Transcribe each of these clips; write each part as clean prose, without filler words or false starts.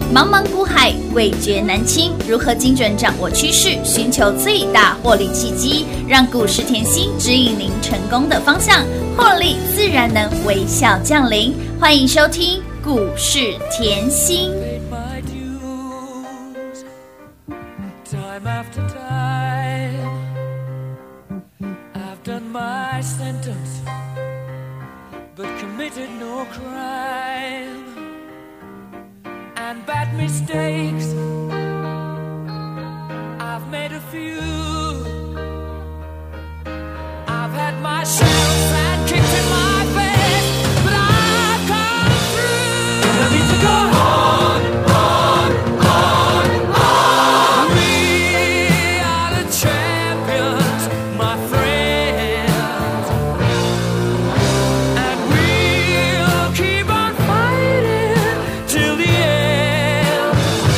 茫茫股海，味觉难清。如何精准掌握趋势，寻求最大获利契机，让股市甜心指引您成功的方向，获利自然能微笑降临。欢迎收听股市甜心。 Time after time, I've done my sentence, but committed no crime. And bad mistakes, I've made a few. I've had my shells and kicks in my face, but I've come through. And I need to go on, on, on, on. We are the champions, my friends, and we'll keep on fighting till the end.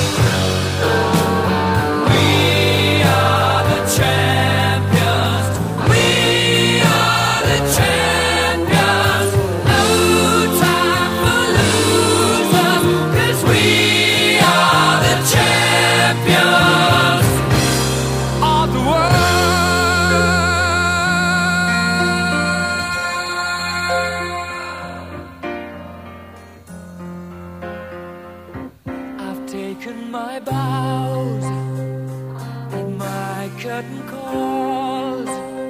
We are the champions. We are the champions. No time for losers, 'cause we are the champions of the world. I've taken my bows and my curtain calls.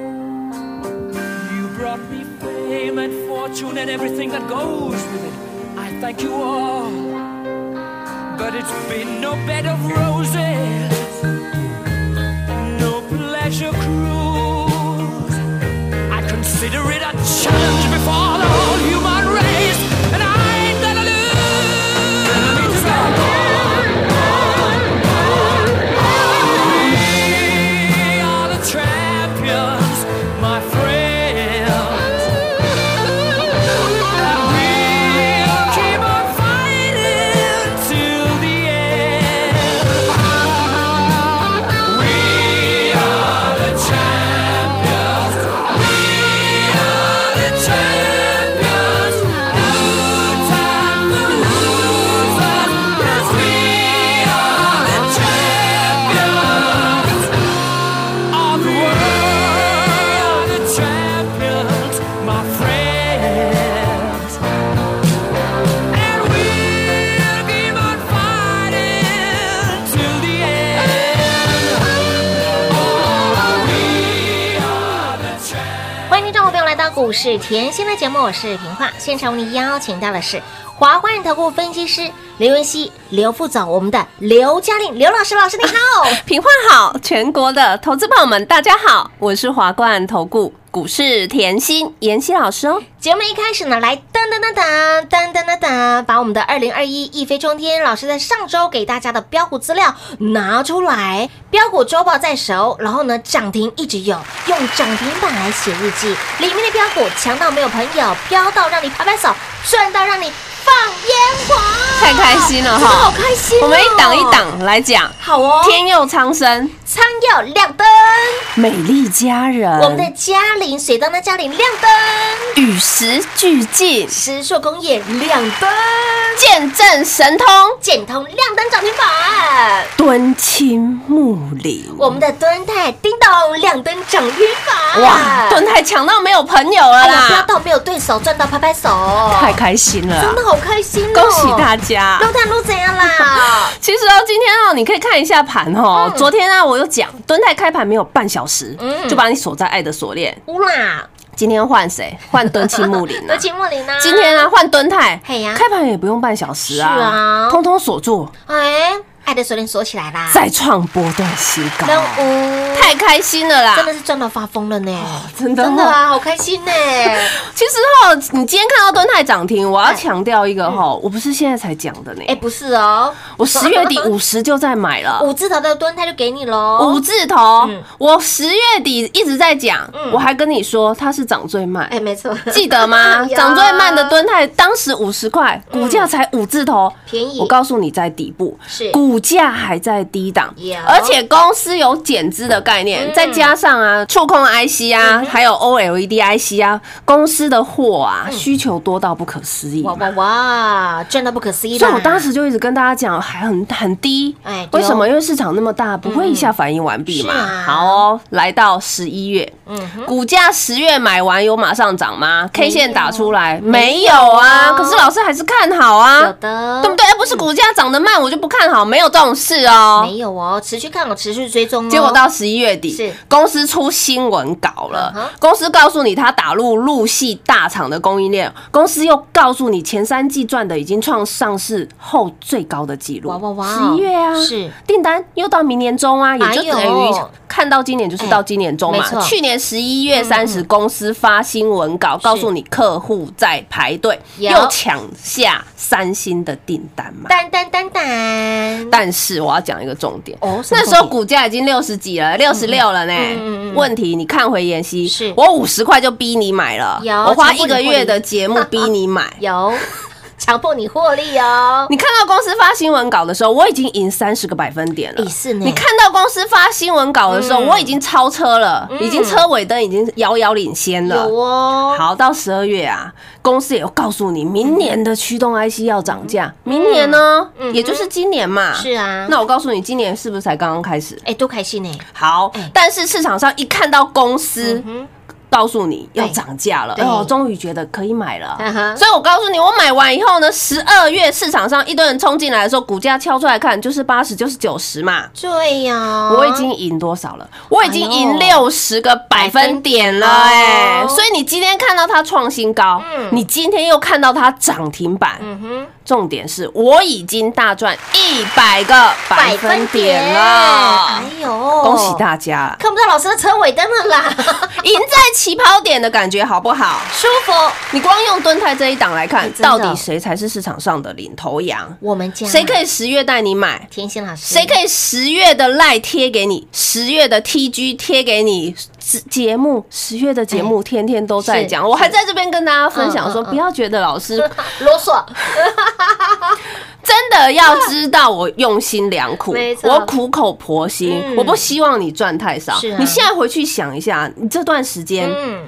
You brought me fame and fortune and everything that goes with it. I thank you all, but it's been no bed of roses, no pleasure cruise. I consider it a challenge before the whole human race, and I ain't gonna lose. And I need to go on, on, on, on. We are the champions, my friends, and we'll keep on fighting till the end. We are the champions. We are the champions. No time for losers, 'cause we are the champions of the world. The champions, my friends, and we'll keep on fighting till the end. Oh, we are the champions. 欢迎听众朋友来到股市甜心的节目，我是平化。现场为你邀请到的是华冠投顾分析师刘文熙、刘副总，我们的刘嘉玲刘老师，老师你好。 平话好，全国的投资朋友们大家好，我是华冠投顾股市甜心妍希老师哦。 节目一开始呢，来噔噔噔噔噔噔噔噔，把我们的2021一飞冲天老师在上周给大家的标股资料拿出来，标股周报在手，然后呢涨停一直有，用涨停板来写日记，里面的标股强到没有朋友，飙到让你拍拍手，赚到让你放烟花， 太开心了真的哈！ 好开心哦！ 我们一档一档来讲， 好哦， 天佑苍生、 苍佑亮灯， 美丽佳人， 我们的嘉玲水当的嘉玲亮灯， 与时俱进， 石硕工业亮灯， 见证神通， 建通亮灯涨停板， 敦亲睦邻。 我们的敦泰叮咚亮灯涨停板， 哇，敦泰强到没有朋友了哎呀，飙啦， 到没有对手，赚到拍拍手， 太开心了啊， 真的好开心哦！ 恭喜大家！ 陆探路怎样啦？ 其实哦，今天哦，你可以看一下盘哦。昨天啊，我有讲，敦泰开盘没有半小时，就把你锁在爱的锁链。 乌啦， 今天换谁？换敦亲睦邻啊德。清莫林啊， 今天啊，换敦泰。 嘿呀开盘也不用半小时啊， 是啊通通锁住， 哎，爱的锁链锁起来啦， 再创波段新高， 任务太开心了啦！ 真的是赚到发疯了呢， 真的哦真的啊，好开心呢！ 其实哈，你今天看到敦泰涨停，我要强调一个哈，我不是现在才讲的呢， 哎，不是哦， 我10月底50就在买了。 五字头的蹲泰就给你喽， 五字头，我10月底一直在讲，我还跟你说它是涨最慢， 哎，没错， 记得吗？ 有涨最慢的敦泰当时50块，股价才5字头， 便宜我告诉你在底部， 是股价还在低档有， 而且公司有减资的概念，再加上啊触控 IC 啊，还有 OLED IC 啊，公司的货啊需求多到不可思议。 哇哇哇，赚到不可思议！ 所以我当时就一直跟大家讲，还很低。 哎， 为什么？因为市场那么大，不会一下反应完毕嘛。 是啊好哦，来到11月，股价10月买完有马上涨吗？K 线打出来没有啊？可是老师还是看好啊， 有的， 对不对？不是股价涨得慢我就不看好，没有这种事哦。 没有哦，持续看好，持续追踪哦。 结果到11月底是， 公司出新闻稿了，公司告诉你它打入陆系大厂的供应链，公司又告诉你前3季赚的已经创上市后最高的纪录。 哇哇哇 11月啊， 是订单又到明年中啊，也就等于看到今年就是到今年中嘛没错。 去年11月30，公司发新闻稿告诉你客户在排队， 有又抢下3星的订单嘛。 单， 但是我要讲一个重点哦什么重点那时候股价已经60几了，66了呢。问题你看回妍希， 是我50块就逼你买了， 有我花1个月的节目逼你买。 有强迫你获利哦。 你看到公司发新闻稿的时候，我已经赢30个百分点了。 是呢。 你看到公司发新闻稿的时候，我已经超车了，已经车尾灯已经遥遥领先了。 有哦。 好，到12月啊，公司也有告诉你，明年的驱动 IC 要涨价。明年呢，也就是今年嘛。 是啊。 那我告诉你，今年是不是才刚刚开始？ 多开心呢。 好，但是市场上一看到公司告诉你要涨价了，终于觉得可以买了。所以我告诉你，我买完以后呢，12月市场上一堆人冲进来的时候，股价敲出来看就是80，就是90嘛。 对呀， 我已经赢多少了？我已经赢60个百分点了哎！所以你今天看到它创新高，你今天又看到它涨停板，重点是我已经大赚100个百分点了。 哎呦， 恭喜大家！ 看不到老师的车尾灯了啦， 赢在起跑点的感觉好不好？ 舒服。 你光用敦泰这一档来看，到底谁才是市场上的领头羊？ 我们家谁可以10月带你买？ 甜心老师。 谁可以10月的赖贴给你？10月的 TG 贴给你？节目10月的节目天天都在讲，我还在这边跟大家分享说，不要觉得老师啰嗦。 真的要知道我用心良苦，我苦口婆心，我不希望你赚太少。你现在回去想一下，你这段时间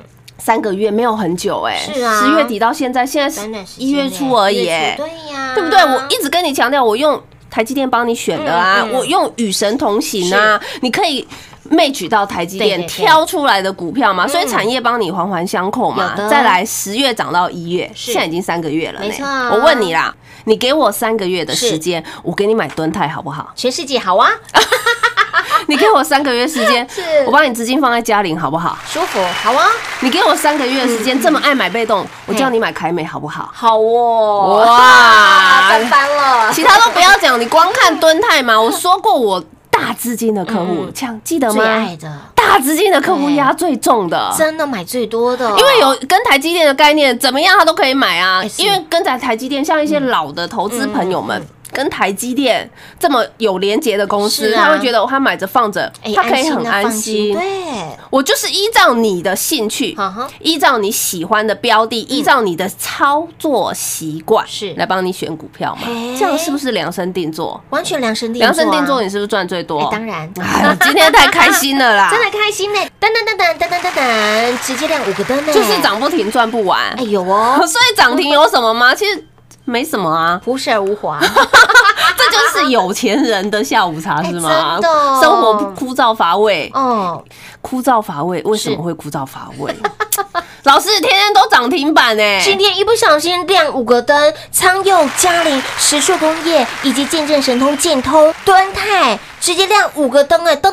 3个月没有很久哎， 是啊 10月底到现在是1月初而已哎， 对呀， 对不对？我一直跟你强调，我用台积电帮你选的啊，我用与神同行啊，你可以match到台积电挑出来的股票嘛，所以产业帮你环环相扣嘛。再来10月涨到1月，现在已经3个月了呢。我问你啦，你给我3个月的时间，我给你买敦泰好不好？ 全世界好啊！ 你给我3个月时间，我把你资金放在嘉陵好不好？ 舒服，好啊！ 你给我3个月的时间，这么爱买被动，我叫你买凯美好不好？ 好哦！ 哇， 赚翻了！ 其他都不要讲，你光看敦泰嘛。我说过我。大资金的客户，记得吗？ 最爱的大资金的客户压最重的， 真的买最多的， 因为有跟台积电的概念，怎么样他都可以买啊。因为跟在台积电，像一些老的投资朋友们。跟台积电这么有连结的公司，他会觉得他买着放着，他可以很安心。 对， 我就是依照你的兴趣，依照你喜欢的标的，依照你的操作习惯， 是来帮你选股票嘛？这样是不是量身定做？ 完全量身定做， 量身定做，你是不是赚最多？ 当然， 今天太开心了啦， 真的开心呢！噔，直接亮5个灯呢， 就是涨不停，赚不完。 哎有哦， 所以涨停有什么吗？其实。没什么啊， 朴实而无华， 这就是有钱人的下午茶是吗？生活枯燥乏味，枯燥乏味，为什么会枯燥乏味？老师天天都涨停板哎， 今天一不小心亮5个灯，昌佑、嘉陵、时数工业以及见证神通、建通、敦泰，直接亮5个灯哎，噔，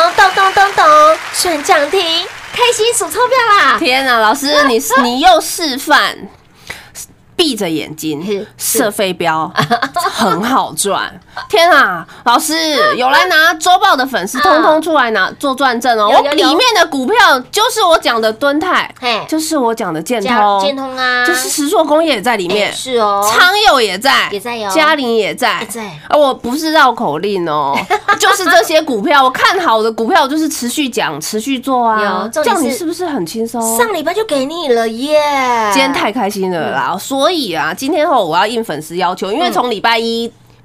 算涨停，开心数钞票啦！ 天啊，老师你又示范。闭着眼睛射飞镖，很好赚！天啊，老师有来拿周报的粉丝，通通出来拿做转正哦！我里面的股票就是我讲的敦泰，就是我讲的建通啊， 就是石硕工业也在里面， 是哦， 昌佑也在哟， 嘉陵也在，我不是绕口令哦，就是这些股票，我看好的股票，我就是持续讲，持续做啊，这样你是不是很轻松？ 上礼拜就给你了耶！ 今天太开心了啦！所以啊，今天后我要应粉丝要求，因为从礼拜1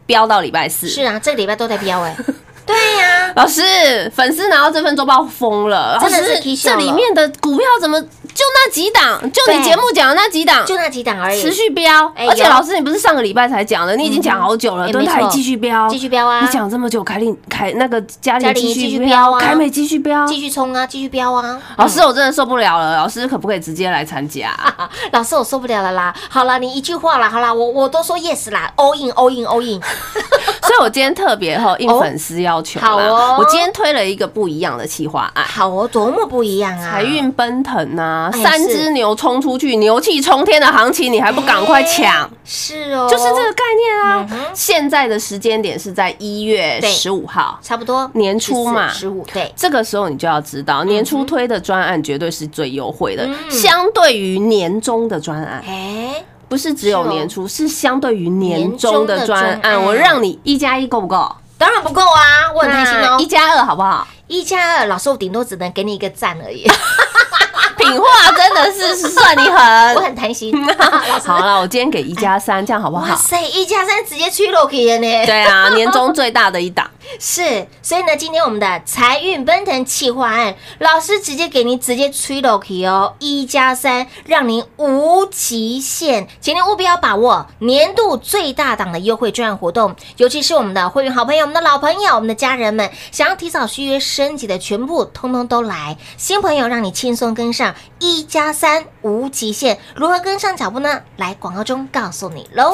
飙到礼拜四。 是啊，这个礼拜都在飙哎。对呀， 老师，粉丝拿到这份周报疯了， 真的是这里面的股票怎么就那几档？就你节目讲的那几档， 就那几档而已， 持续飙。而且老师，你不是上个礼拜才讲的，你已经讲好久了，敦泰继续飙， 继续飙啊！ 你讲这么久，那个嘉玲继续飙啊，凯美继续飙， 继续冲啊，继续飙啊！ 老师，我真的受不了了，老师可不可以直接来参加？ 老师，我受不了了啦！好了，你一句话啦，好啦，我都说 yes 啦 ，all in all in all in。 所以我今天特别应粉丝要求， 好哦， 我今天推了一个不一样的企划案。 好哦，多么不一样啊！ 财运奔腾啊，3只牛冲出去，牛气冲天的行情，你还不赶快抢？ 是哦， 就是这个概念啊。现在的时间点是在1月15号， 差不多年初嘛 ，15对。 这个时候你就要知道，年初推的专案绝对是最优惠的，相对于年终的专案。不是只有年初，是相对于年终的专案。我让你1+1够不够？ 当然不够啊，我很开心哦。 1+2好不好 ？1+2，老师我顶多只能给你一个赞而已。 品话真的是算你狠， 我很贪心。 好了，我今天给1+3，这样好不好？ 哇塞，1+3直接吹落去了呢。 对啊，年终最大的一档。 是，所以呢，今天我们的财运奔腾企划案，老师直接给您直接吹落去哦，1+3，让您无极限，请您务必要把握年度最大档的优惠专案活动，尤其是我们的会员好朋友、我们的老朋友、我们的家人们，想要提早续约升级的，全部通通都来。新朋友让你轻松跟上，1+3无极限，如何跟上脚步呢？来，广告中告诉你喽。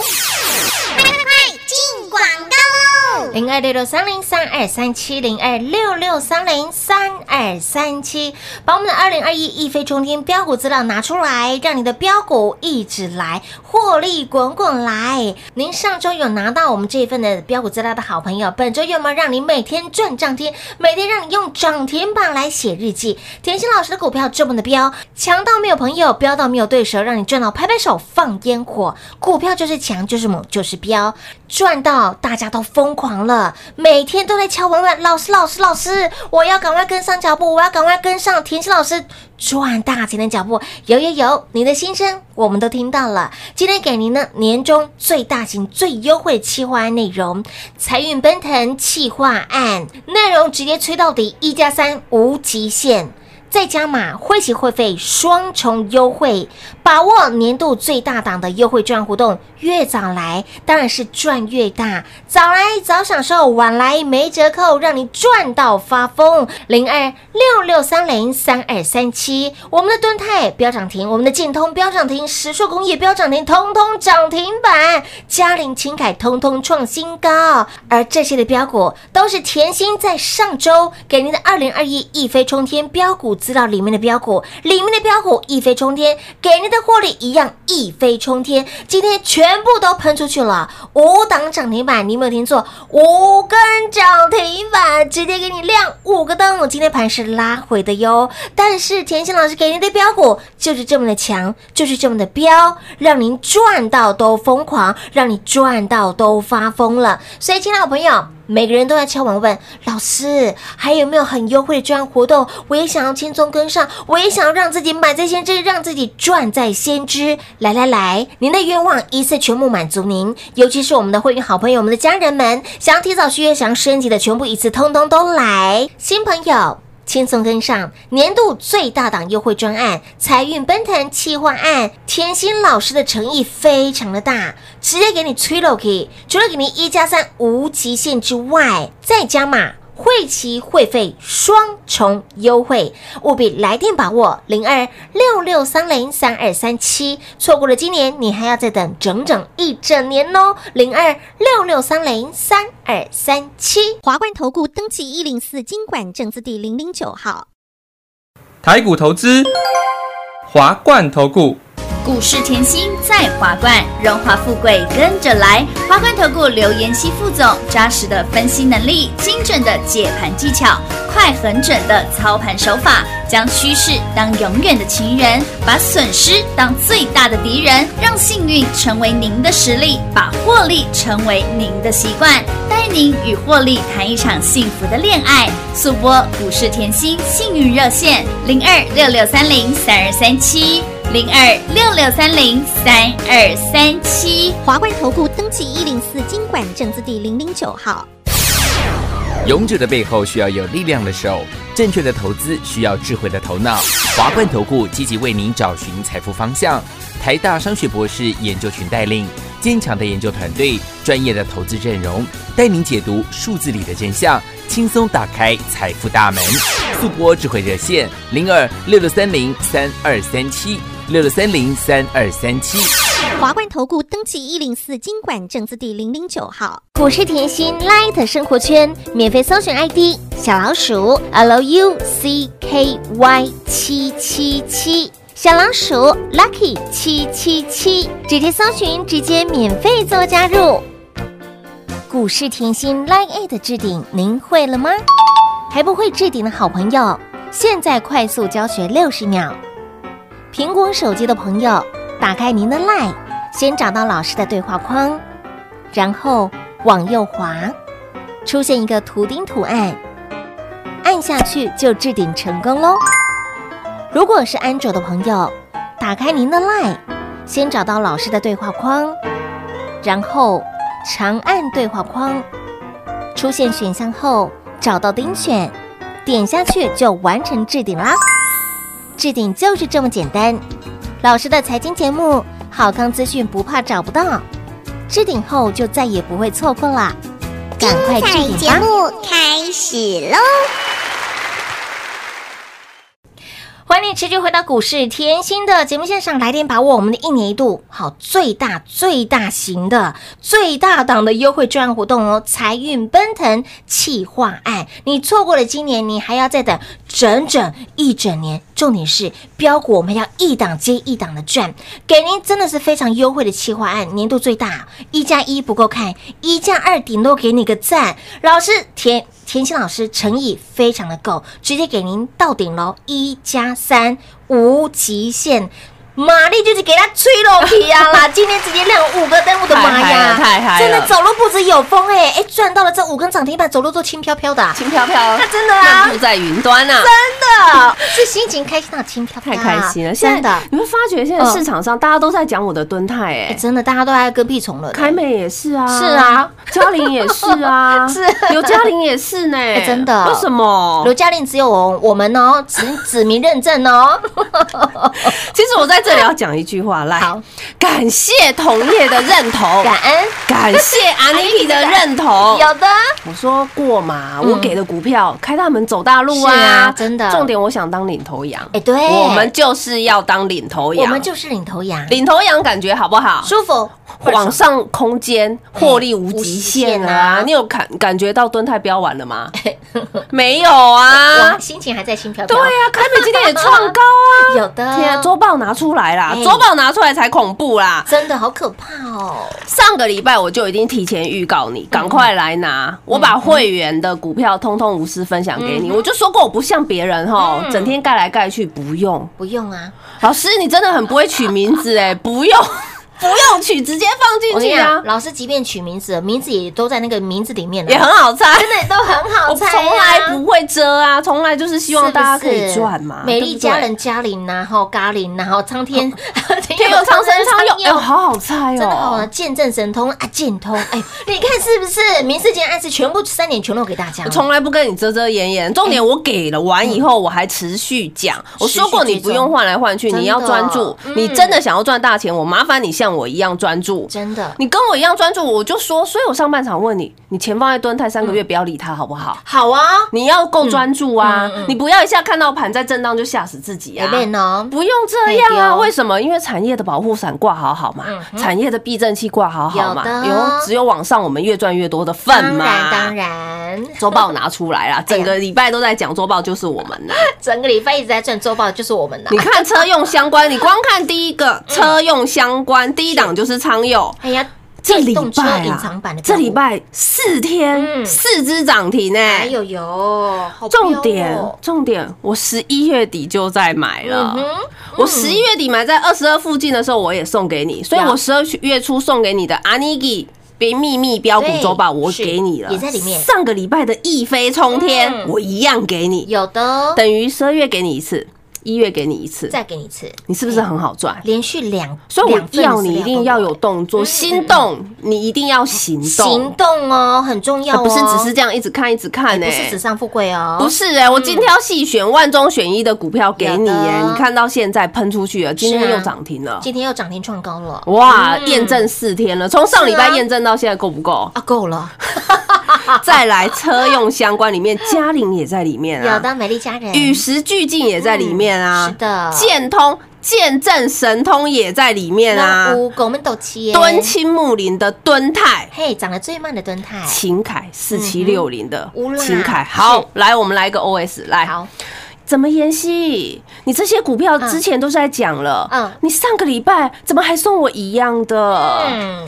进广告02630323702663032337，把我们的2021一飞冲天标股资料拿出来，让你的标股一直来，获利滚滚来。您上周有拿到我们这一份的标股资料的好朋友，本周有没有让你每天赚涨停，每天让你用涨停板来写日记？甜心老师的股票这么的标，强到没有朋友，标到没有对手，让你赚到拍拍手放烟火。股票就是强，就是猛，就是标，赚到大家都疯狂了，每天都在敲碗碗，老师，我要赶快跟上脚步，我要赶快跟上甜心老师赚大钱的脚步。有，你的心声我们都听到了。今天给您呢年终最大型、最优惠企划案内容，财运奔腾企划案内容直接吹到底，1+3无极限。再加码会期会费双重优惠，把握年度最大档的优惠赚活动，越早来当然是赚越大，早来早享受，晚来没折扣，让你赚到发疯。0266303237，我们的敦泰飙涨停，我们的建通飙涨停，时硕工业飙涨停，通通涨停板，嘉陵清凯通通创新高。而这些的标股都是甜心在上周给您的2021一飞冲天标股资料里面的标股，一飞冲天，给您的获利一样一飞冲天。今天全部都喷出去了，5档涨停板，你有没有听错？5根涨停板，直接给你亮5个灯。今天盘是拉回的哟，但是甜心老师给您的标股就是这么的强，就是这么的标，让您赚到都疯狂，让你赚到都发疯了。所以，亲爱的朋友，每个人都在敲碗问老师，还有没有很优惠的专案活动？我也想要轻松跟上，我也想要让自己买在先知，让自己赚在先知。来，您的愿望一次全部满足您，尤其是我们的会员好朋友、我们的家人们，想要提早续约、想要升级的，全部一次通通都来。新朋友轻松跟上年度最大档优惠专案，财运奔腾企划案，甜心老师的诚意非常的大，直接给你吹落去，除了给你1+3无极限之外，再加码会期会费双重优惠，务必来电把握0266303237，错过了今年，你还要再等整整一整年哦。0266303237， 华冠投顾登记104金管证字第009号， 台股投资，华冠投顾。 股市甜心在华冠，荣华富贵跟着来。华冠投顾刘妍希副总，扎实的分析能力，精准的解盘技巧，快很准的操盘手法，将趋势当永远的情人，把损失当最大的敌人，让幸运成为您的实力，把获利成为您的习惯，带您与获利谈一场幸福的恋爱。速播股市甜心幸运热线0266303237。 02-6630-3237。 华冠投顾登记104金管证字第009号。 勇者的背后需要有力量的手，正确的投资需要智慧的头脑。华冠投顾积极为您找寻财富方向，台大商学博士研究群带领，坚强的研究团队，专业的投资阵容，带您解读数字里的真相，轻松打开财富大门。速播智慧热线02-6630-3237，6630-3237。 华冠投顾登记104金管证字第009号。 股市甜心 Light 生活圈免费搜寻 ID 小老鼠 LUCKY777，小老鼠 Lucky 777，直接搜寻，直接免费做加入。股市甜心 Light 的置顶，您会了吗？还不会置顶的好朋友，现在快速教学60秒。苹果手机的朋友，打开您的 Line， 先找到老师的对话框，然后往右滑，出现一个图钉图案，按下去就置顶成功咯。如果是安卓的朋友，打开您的 Line， 先找到老师的对话框，然后长按对话框，出现选项后找到钉选，点下去就完成置顶啦。置顶就是这么简单。老师的财经节目，好康资讯不怕找不到，置顶后就再也不会错过啦！赶快置顶吧！ 节目开始喽！ 欢迎你持续回到股市甜心的节目现场，来电把握我们的1年1度最大型的最大档的优惠专案活动哦！财运奔腾企划案，你错过了今年，你还要再等整一整年。重点是标股我们要一档接一档的赚，给您真的是非常优惠的企划案，年度最大，1+1不够看，1+2顶多给你个赞。老师甜心老师诚意非常的够，直接给您到顶喽，1+3无极限。马力就是给他吹落去啊啦！今天直接亮5个灯，我的妈呀， 太嗨了！ 真的走路不只有风赚到了这5根涨停板，走路都轻飘飘的， 轻飘飘， 真的啊， 漫步在云端啊， 真的是心情开心到轻飘飘， 太开心了！ 真的， 你会发觉现在市场上大家都在讲我的敦泰， 真的，大家都爱跟屁虫了。 凯美也是啊， 是啊， 嘉玲也是啊， 是刘嘉玲也是呢， 真的。 为什么？ 刘嘉玲只有我们哦，指名认证哦。 其实我在这里要讲一句话，来，感谢同业的认同，感谢阿妮妮的认同。 有的， 我说过嘛，我给的股票开大门走大路啊， 是啊，真的。 重点我想当领头羊， 对， 我们就是要当领头羊， 我们就是领头羊， 领头羊感觉好不好？ 舒服， 往上空间获利无极限啊！你有感觉到敦泰飙完了吗？没有啊， 心情还在轻飘飘。 对啊，凯美今天也创高啊， 有的。 天啊，周报拿出来啦，周报拿出来才恐怖啦， 真的好可怕哦！ 上个礼拜我就已经提前预告你，赶快来拿，我把会员的股票通通无私分享给你。我就说过我不像别人整天盖来盖去，不用啊！ 老师你真的很不会取名字不用取，直接放进去啊！ 老师即便取名字，名字也都在那个名字里面了， 也很好猜， 真的都很好猜。 我从来不会遮啊，从来就是希望大家可以赚嘛。 美丽佳人嘉玲呐，嘉玲呐，苍天天佑苍生苍佑，好好猜哦， 真的好啊！见证神通啊，剑通，你看是不是？明示间暗示全部3点全露给大家， 我从来不跟你遮遮掩掩。重点我给了完以后，我还持续讲。我说过你不用换来换去，你要专注。你真的想要赚大钱，我麻烦你像我一样专注。 真的， 你跟我一样专注，我就说。所以我上半场问你，你钱放在敦泰3个月，不要理它，好不好？ 好啊， 你要够专注啊！你不要一下看到盘在震荡就吓死自己啊！不用这样啊！为什么？因为产业的保护伞挂好嘛，产业的避震器挂好嘛。只有往上我们越赚越多的份嘛。 当然， 周报拿出来啦，整个礼拜都在讲周报，就是我们啦。 整个礼拜一直在赚周报，就是我们啦。 你看车用相关，你光看第一个车用相关，第一档就是昌佑。 哎呀。 这礼拜啊，这礼拜4天4只涨停哎呦， 重点，我11月底就在买了。我11月底买在22附近的时候，我也送给你，所以我12月初送给你的阿尼基秘密标股周报我给你了， 也在里面。 上个礼拜的一飞冲天，我一样给你， 有的， 等于12月给你一次。 1月给你一次， 再给你一次， 你是不是很好赚？ 连续两， 所以我要你一定要有动作，心动，你一定要行动， 行动哦，很重要哦， 不是只是这样一直看一直看不是纸上富贵哦， 不是我今天要细选万中选一的股票给你你看到现在喷出去了，今天又涨停了， 今天又涨停创高了， 哇，验证4天了，从上礼拜验证到现在够不够啊？够了。 再来车用相关里面，嘉陵也在里面啊， 有的美丽佳人， 与时俱进也在里面啊， 是的， 建通、建正、神通也在里面啊， 狗们斗气， 敦亲睦邻的敦泰， 嘿，涨得最慢的敦泰， 秦凯4760的秦凯，好，来我们来一个 OS， 来，好。怎么妍希？你这些股票之前都是在讲了，你上个礼拜怎么还送我一样的？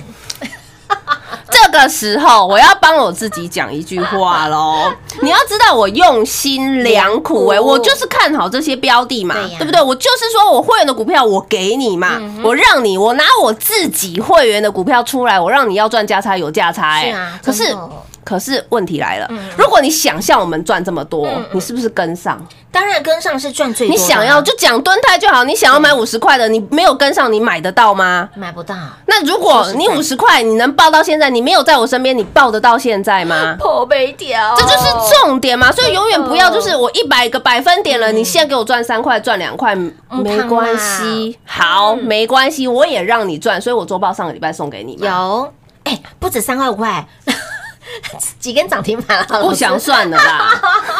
这个时候我要帮我自己讲一句话咯，你要知道我用心良苦我就是看好这些标的嘛，对不对？我就是说我会员的股票我给你嘛，我让你，我拿我自己会员的股票出来，我让你要赚价差有价差是啊， 可是问题来了，如果你想像我们赚这么多，你是不是跟上？ 当然跟上是赚最多的。 你想要就讲敦泰就好，你想要买50块的，你没有跟上，你买得到吗？ 买不到。 那如果你50块，你能抱到现在，你没有在我身边，你抱得到现在吗？ 破杯条， 这就是重点嘛。所以永远不要就是我100个百分点了，你现在给我赚3块，赚2块没关系，好，没关系，我也让你赚。所以我周报上个礼拜送给你嘛。 有，不止3块5块。几根涨停板了， 不想算了啦！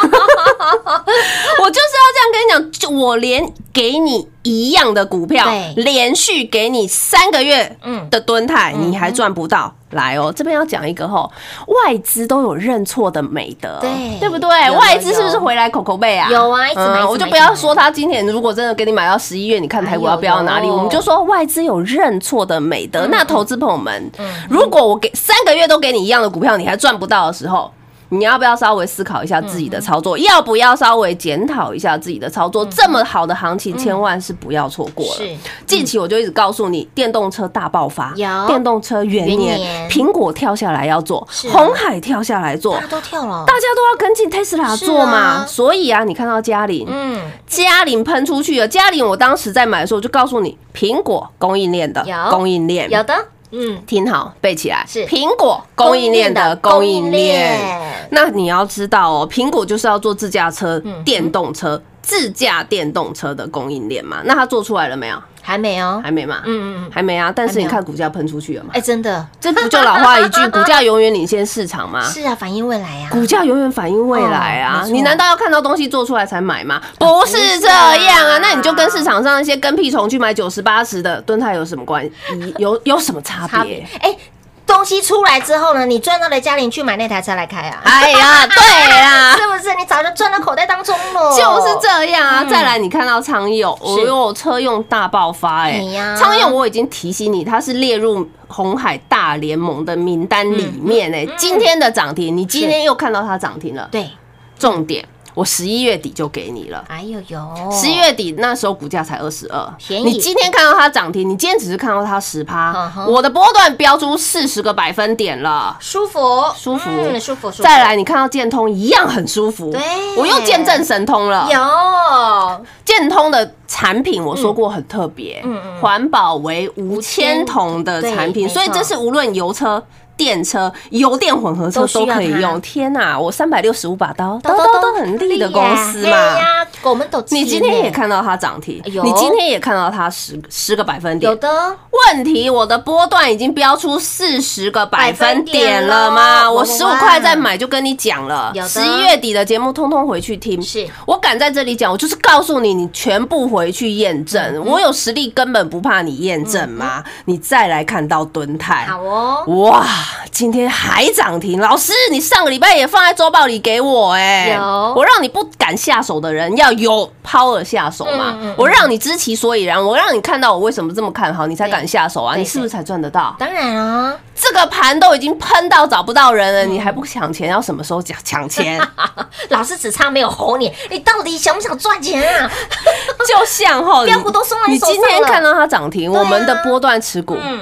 我就是要这样跟你讲，我连给你一样的股票，连续给你3个月的敦泰，你还赚不到。来哦，这边要讲一个外资都有认错的美德，对不对？外资是不是回来口口背啊？ 有啊，一直买。 我就不要说他今天如果真的给你买到11月，你看台股要飙到哪里？我们就说外资有认错的美德。那投资朋友们，如果我给3个月都给你一样的股票，你还赚不到的时候，你要不要稍微思考一下自己的操作？要不要稍微检讨一下自己的操作？这么好的行情，千万是不要错过了。近期我就一直告诉你，电动车大爆发，电动车元年，苹果跳下来要做，鸿海跳下来做， 大家都跳了， 大家都要跟进 Tesla 做嘛。所以啊，你看到嘉陵，嘉陵喷出去了。嘉陵我当时在买的时候，我就告诉你，苹果供应链的供应链有的。 听好，背起来，是苹果供应链的供应链。那你要知道哦，苹果就是要做自驾车、电动车、自驾电动车的供应链嘛。那它做出来了没有？ 还没哦， 还没嘛，还没啊。但是你看股价喷出去了嘛？ 真的， 这不就老话一句，股价永远领先市场吗？ 是啊，反映未来啊， 股价永远反映未来啊。你难道要看到东西做出来才买吗？不是这样啊。那你就跟市场上那些跟屁虫去买90、80的敦泰有什么关系？有什么差别？ 东西出来之后呢，你赚到了嘉陵去买那台车来开啊！ 哎呀，对啦， 是不是？你早就赚到口袋当中了， 就是这样啊！再来，你看到昌佑，车用大爆发，昌佑我已经提醒你，它是列入鸿海大联盟的名单里面，今天的涨停，你今天又看到它涨停了，对，重点。我11月底就给你了， 哎呦呦 ！11月底那时候股价才22， 便宜。 你今天看到它涨停，你今天只是看到它10%，我的波段标出40个百分点了， 舒服。 再来，你看到建通一样很舒服，对，我又见证神通了。 有建通的产品，我说过很特别，环保为无铅铜的产品，所以这是无论油车、电车、油电混合车都可以用。天哪，我365把刀，刀都很利的公司嘛。你今天也看到它涨停，你今天也看到它10个百分点。 有的问题，我的波段已经标出40个百分点了吗？我15块再买就跟你讲了。11月底的节目通通回去听。是我敢在这里讲，我就是告诉你，你全部回去验证。我有实力，根本不怕你验证嘛。你再来看到敦泰， 好哦， 哇！今天还涨停，老师，你上个礼拜也放在周报里给我我让你不敢下手的人要有 power 下手嘛，我让你知其所以然，我让你看到我为什么这么看好，你才敢下手啊，你是不是才赚得到？ 当然啊， 这个盘都已经喷到找不到人了，你还不抢钱，要什么时候抢钱？ 老师只差没有吼你，你到底想不想赚钱啊？ 就像标股都送到你手上了， 你今天看到它涨停，我们的波段持股。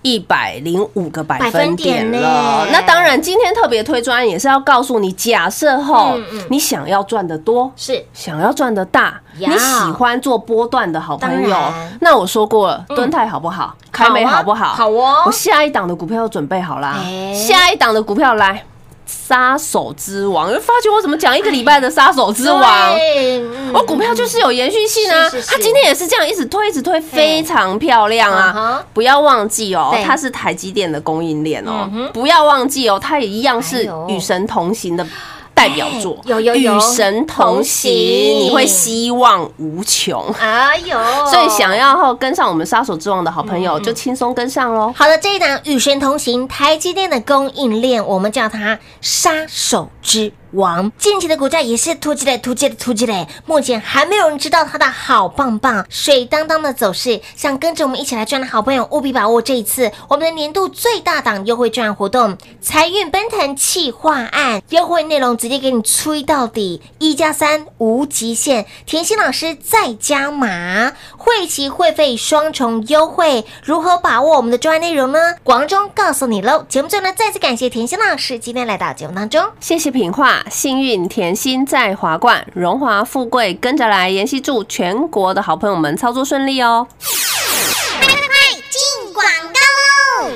105个百分点了。那当然，今天特别推专案也是要告诉你，假设后你想要赚得多， 是想要赚得大，你喜欢做波段的好朋友，那我说过了，敦泰好不好？凯美好不好？ 好哦， 我下一档的股票都准备好啦，下一档的股票来。杀手之王，发觉我怎么讲一个礼拜的杀手之王？我股票就是有延续性啊，它今天也是这样一直推，非常漂亮啊！不要忘记哦，它是台积电的供应链哦，不要忘记哦，它也一样是与神同行的代表作，与神同行，你会希望无穷。哎呦，所以想要跟上我们杀手之王的好朋友，就轻松跟上喽。 好的，这一档与神同行，台积电的供应链，我们叫它杀手之王，近期的股价也是突击嘞，目前还没有人知道它的好棒棒水当当的走势。想跟着我们一起来赚的好朋友，务必把握这一次我们的年度最大档优惠券活动——财运奔腾企划案，优惠内容直接给你吹到底，1+3无极限，甜心老师再加码，会期会费双重优惠，如何把握我们的专案内容呢？广告中告诉你喽。节目最后呢，再次感谢甜心老师今天来到节目当中， 谢谢品画。幸运甜心在华冠，荣华富贵跟着来。妍希祝全国的好朋友们操作顺利哦！ 快进广告喽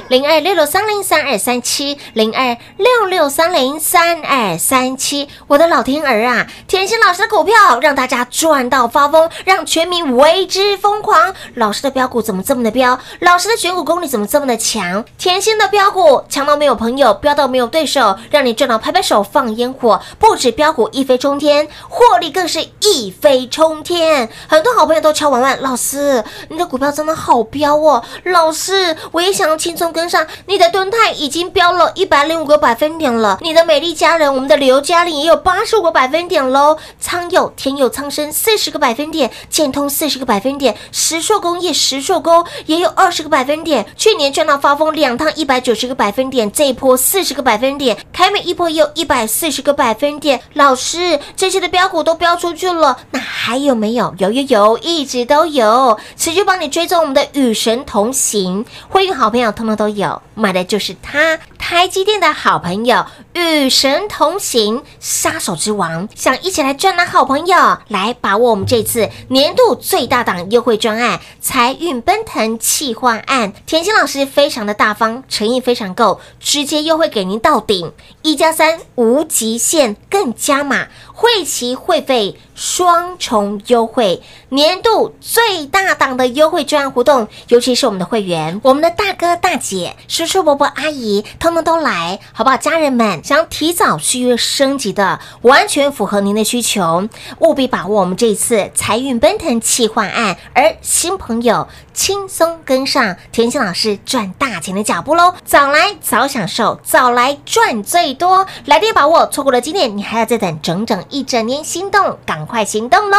！0266303237，0266303237，我的老天儿啊！甜心老师的股票让大家赚到发疯，让全民为之疯狂。老师的标股怎么这么的标？老师的选股功力怎么这么的强？甜心的标股强到没有朋友，标到没有对手，让你赚到拍拍手放烟火。不止标股一飞冲天，获利更是一飞冲天。很多好朋友都敲完万，老师，你的股票真的好标哦！老师，我也想要轻松跟上。你的敦泰已经标了105个百分点了，你的美丽佳人，我们的刘嘉玲也有85个百分点喽。仓友、天佑、苍生40个百分点，建通40个百分点，石硕工业、石硕工也有20个百分点。去年赚到发疯2趟190个百分点，这一波40个百分点，凯美一波也有140个百分点。老师，这些的标股都标出去了，那还有没有？有，一直都有，持续帮你追踪我们的与神同行，会员好朋友通通都有，买的就是它，台积电的好朋友，与神同行，杀手之王。想一起来赚的好朋友，来把握我们这次年度最大档优惠专案——财运奔腾企划案。甜心老师非常的大方，诚意非常够，直接优惠给您到顶，1+3无极限，更加码，会期会费双重优惠，年度最大档的优惠专案活动，尤其是我们的会员，我们的大哥大姐、叔叔伯伯阿姨，通通都来，好不好？家人们想要提早续约升级的，完全符合您的需求，务必把握我们这一次财运奔腾企划案，而新朋友轻松跟上甜心老师赚大钱的脚步喽！早来早享受，早来赚最多，来电把握，错过了今天，你还要再等整整一整年，心动赶快行动喽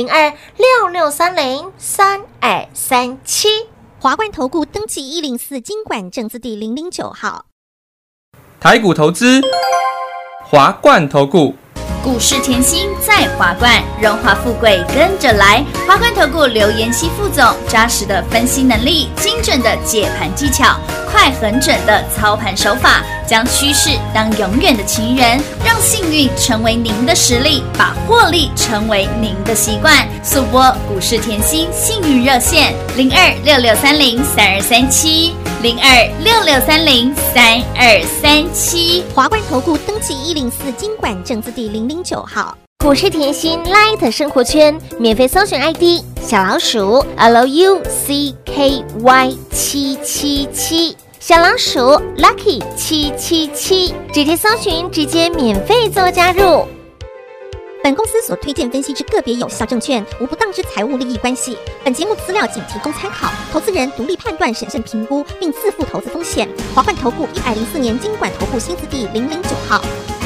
！0266303237， 华冠投顾登记104金管证字第009号， 台股投资，华冠投顾。 股市甜心在华冠，荣华富贵跟着来。华冠投顾刘妍希副总，扎实的分析能力，精准的解盘技巧，快很准的操盘手法，将趋势当永远的情人，让幸运成为您的实力，把获利成为您的习惯。速播股市甜心幸运热线0266303237，0266303237。 华冠投顾登记104金管证字第009号。 股市甜心 Light 生活圈免费搜寻 ID 小老鼠 LUCKY777，小老鼠 Lucky 777，直接搜寻，直接免费做加入。 本公司所推荐分析之个别有效证券，无不当之财务利益关系。本节目资料仅提供参考，投资人独立判断、审慎评估，并自负投资风险。华冠投顾104年金管投顾新字第009号。